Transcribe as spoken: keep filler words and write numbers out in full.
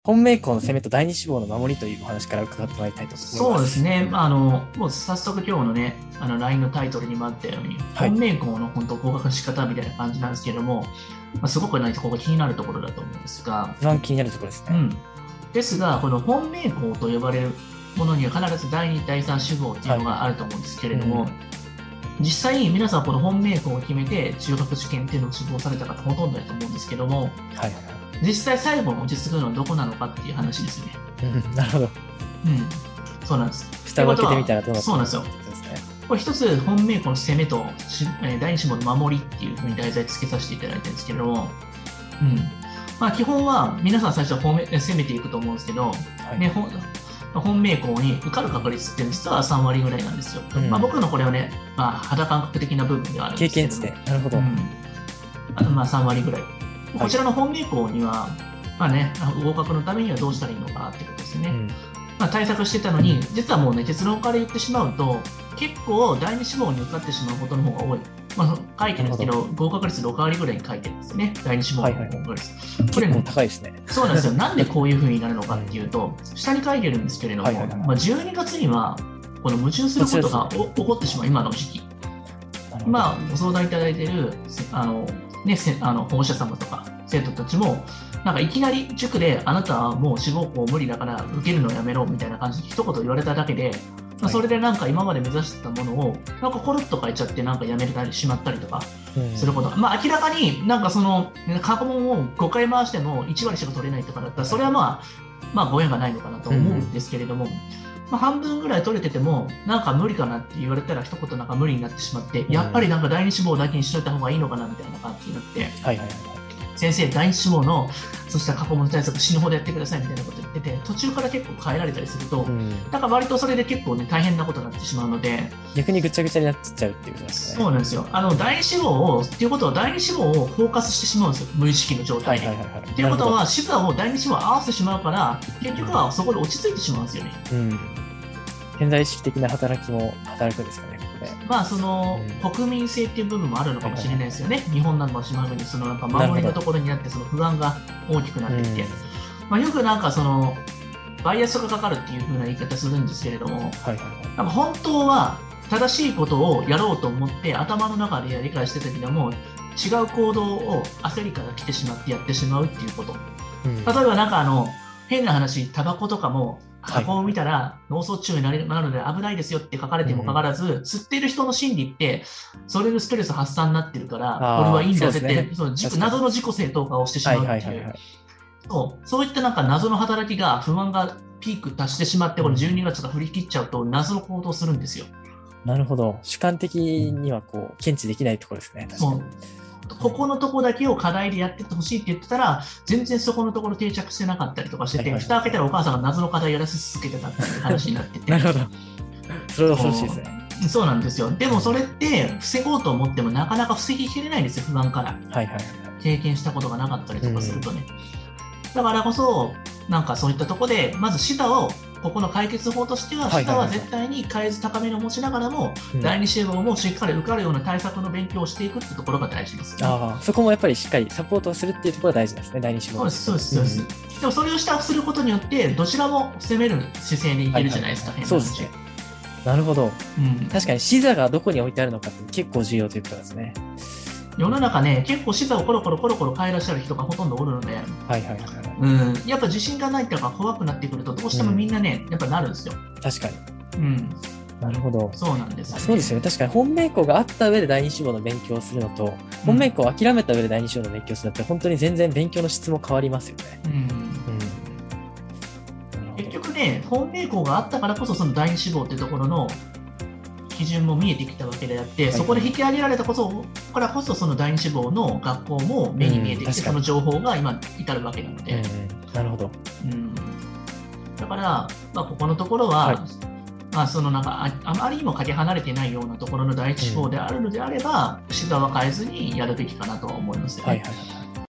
本命校の攻めと第二志望の守りというお話から伺ってまいりたいと思います。 そうですね。あの、もう早速今日のね、あの ライン のタイトルにもあったように、はい、本命校の本当合格の仕方みたいな感じなんですけれども、まあ、すごくないとここが気になるところだと思うんですが。 一番気になるところですね。 うん。ですが、この本命校と呼ばれるものには必ずだいに、だいさん志望っていうのがあると思うんですけれども、はい、うん、実際皆さんこの本命校を決めて中学受験っていうのを志望された方ほとんどだと思うんですけども、はい、実際最後の落ち着くのはどこなのかっていう話ですね。 なるほど。 うん、そうなんです。 蓋を開けてみたらどうなったそうなんですよ。これ一つ本命校の攻めと第二志望の守りっていうふうに題材つけさせていただいてるんですけども、うん、まあ基本は皆さん最初は攻め攻めていくと思うんですけど、はい、ね、本命校に受かる確率って実はさんわりぐらいなんですよ。うん、まあ、僕のこれはね、まあ、肌感覚的な部分ではあるんですけど、 経験値で、なるほど。うん、 あとまあさんわりぐらい。こちらの本命校には、まあね、合格のためにはどうしたらいいのかってことですね。うん、まあ、対策してたのに、実はもうね、結論から言ってしまうと、結構第二志望に受かってしまうことの方が多い。まあ、書いてるんですけど、合格率ろくわりぐらいに書いてるんですね、第二志望の合格率。 これも高いですね。 そうなんですよ。なんでこういうふうになるのかっていうと、下に書いてるんですけれども、まあ、じゅうにがつにはこの矛盾することが起こってしまう、今の時期。今、ご相談いただいているあの、ね、あの保護者様とか生徒たちも、なんかいきなり塾であなたはもう志望校無理だから受けるのをやめろみたいな感じで一言言われただけで、まあ、それでなんか今まで目指してたものをなんかコロッと変えちゃってなんかやめたりしまったりとかすることが、うん、まあ明らかになんかその過問をごかい回してもいちわりしか取れないとかだったらそれはまあまあご縁がないのかなと思うんですけれども、うん、まあ、半分ぐらい取れててもなんか無理かなって言われたら一言なんか無理になってしまって、うん、やっぱりなんか第二志望だけにしといた方がいいのかなみたいな感じになって、はいはいはい、先生第一志望のそうした過去問対策死ぬほどやってくださいみたいなこと言ってて、途中から結構変えられたりすると、うん、なんか割とそれで結構ね大変なことになってしまうので、 逆にぐちゃぐちゃになっちゃうっていうことですね。 そうなんですよ。あの第二志望をっていうことは第二志望をフォーカスしてしまうんですよ、無意識の状態に。っていうことは視座を第二志望合わせてしまうから結局はそこで落ち着いてしまうんですよね。うん、 潜在意識的な働きも働くんですかね。 まあその、うん、国民性っていう部分もあるのかもしれないですよね。日本なんか島国そのなんか守りのところにあってその不安が大きくなってきて、うん、まあ、よくなんかそのバイアスがかかるっていう風な言い方するんですけれども、はいはいはい、なんか本当は正しいことをやろうと思って頭の中で理解してたけども違う行動を焦りから来てしまってやってしまうっていうこと、うん、例えばなんかあの変な話、タバコとかも箱を見たら脳卒中になるので危ないですよって書かれてもかかわらず、うん、吸っている人の心理ってそれのストレス発散になってるからこれはいいんだぜって、そうですね、謎の自己正当化をしてしまうっていう、そうそういったなんか謎の働きが不安がピーク達してしまってこのじゅうにがつが振り切っちゃうと謎の行動をするんですよ。 なるほど。主観的にはこう検知できないところですね。確かに。 ここのところだけを課題でやってってほしいって言ってたら全然そこのところ定着してなかったりとかしてて、はいはいはい、蓋開けたらお母さんが謎の課題やらせ続けてたっていう話になっててなるほど。それは恐ろしいですね。 そうなんですよ。でもそれって防ごうと思ってもなかなか防ぎきれないんですよ、不安から、はいはいはい、経験したことがなかったりとかするとね、うん、だからこそなんかそういったところでまず視座をここの解決法としては、視座は絶対に変えず高めの持ちながらも、うん、だいに志望もしっかり受かるような対策の勉強をしていくってところが大事です、ね。 ああ、そこもやっぱりしっかりサポートをするっていうところが大事ですね、だいに志望。 そうです、そうです、そうです。うん、でもそれをしたすることによって、どちらも攻める姿勢にいけるじゃないですか、はいはい、 そうですね。なるほど。うん、確かに視座がどこに置いてあるのかって結構重要ということですね。 世の中ね、結構視座をコロコロコロコロ変えらっしゃる人がほとんどおるので、はいはいはい、うん、やっぱ自信がないとか怖くなってくるとどうしてもみんなね、うん、やっぱなるんですよ。 確かに。 うん。 なるほど。 そうなんですよ、ね。 そうですよね。確かに本命校があった上で第二志望の勉強をするのと、うん、本命校を諦めた上で第二志望の勉強をするのって本当に全然勉強の質も変わりますよね。うん。 うん、結局ね、本命校があったからこそその第二志望っていうところの基準も見えてきたわけであって、はい、そこで引き上げられたこそからこそその第二志望の学校も目に見えてきて、うん、その情報が今至るわけなので、うん、 なるほど、 うん、だから、まあ、ここのところは、はい、まあ、そのなんか あ, あまりにもかけ離れていないようなところの第一志望であるのであれば、視座は変えずにやるべきかなとは思いますよね。はいはいはい、